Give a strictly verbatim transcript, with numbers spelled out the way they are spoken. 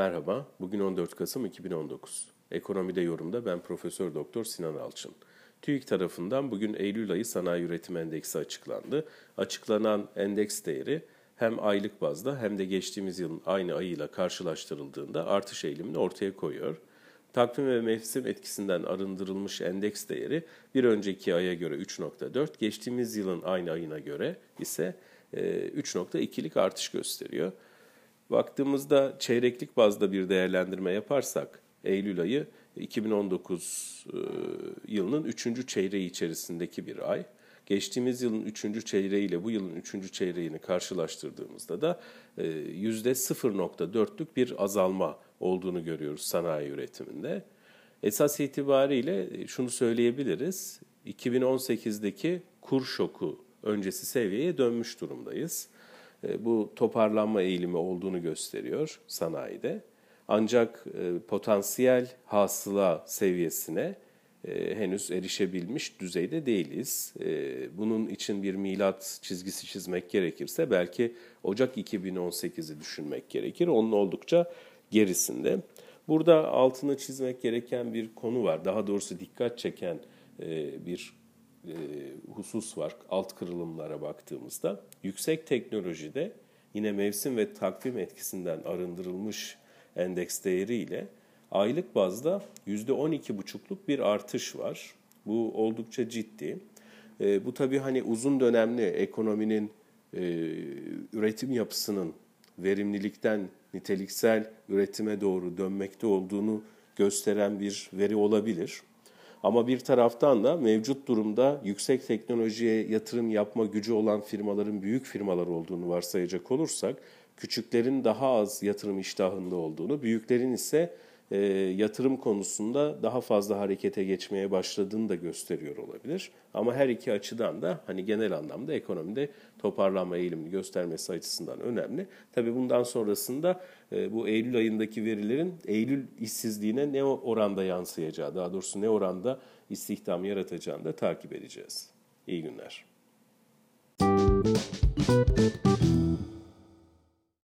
Merhaba, bugün on dört Kasım iki bin on dokuz. Ekonomide yorumda ben Profesör Doktor Sinan Alçın. TÜİK tarafından bugün Eylül ayı sanayi üretim endeksi açıklandı. Açıklanan endeks değeri hem aylık bazda hem de geçtiğimiz yılın aynı ayıyla karşılaştırıldığında artış eğilimini ortaya koyuyor. Takvim ve mevsim etkisinden arındırılmış endeks değeri bir önceki aya göre üç nokta dört, geçtiğimiz yılın aynı ayına göre ise üç nokta ikilik artış gösteriyor. Baktığımızda çeyreklik bazda bir değerlendirme yaparsak Eylül ayı iki bin on dokuz yılının üçüncü çeyreği içerisindeki bir ay. Geçtiğimiz yılın üçüncü çeyreği ile bu yılın üçüncü çeyreğini karşılaştırdığımızda da yüzde sıfır nokta dörtlük bir azalma olduğunu görüyoruz sanayi üretiminde. Esas itibariyle şunu söyleyebiliriz, iki bin on sekizdeki kur şoku öncesi seviyeye dönmüş durumdayız. Bu toparlanma eğilimi olduğunu gösteriyor sanayide. Ancak potansiyel hasıla seviyesine henüz erişebilmiş düzeyde değiliz. Bunun için bir milat çizgisi çizmek gerekirse belki Ocak iki bin on sekizi düşünmek gerekir. Onun oldukça gerisinde. Burada altını çizmek gereken bir konu var. Daha doğrusu dikkat çeken bir husus var alt kırılımlara baktığımızda. Yüksek teknolojide yine mevsim ve takvim etkisinden arındırılmış endeks değeriyle aylık bazda yüzde on iki buçukluk bir artış var. Bu oldukça ciddi. E, bu tabii hani uzun dönemli ekonominin e, üretim yapısının verimlilikten niteliksel üretime doğru dönmekte olduğunu gösteren bir veri olabilir. Ama bir taraftan da mevcut durumda yüksek teknolojiye yatırım yapma gücü olan firmaların büyük firmalar olduğunu varsayacak olursak, küçüklerin daha az yatırım iştahında olduğunu, büyüklerin ise e, yatırım konusunda daha fazla harekete geçmeye başladığını da gösteriyor olabilir. Ama her iki açıdan da hani genel anlamda ekonomide toparlanma eğilimini göstermesi açısından önemli. Tabii bundan sonrasında e, bu Eylül ayındaki verilerin Eylül işsizliğine ne oranda yansıyacağı, daha doğrusu ne oranda istihdam yaratacağını da takip edeceğiz. İyi günler.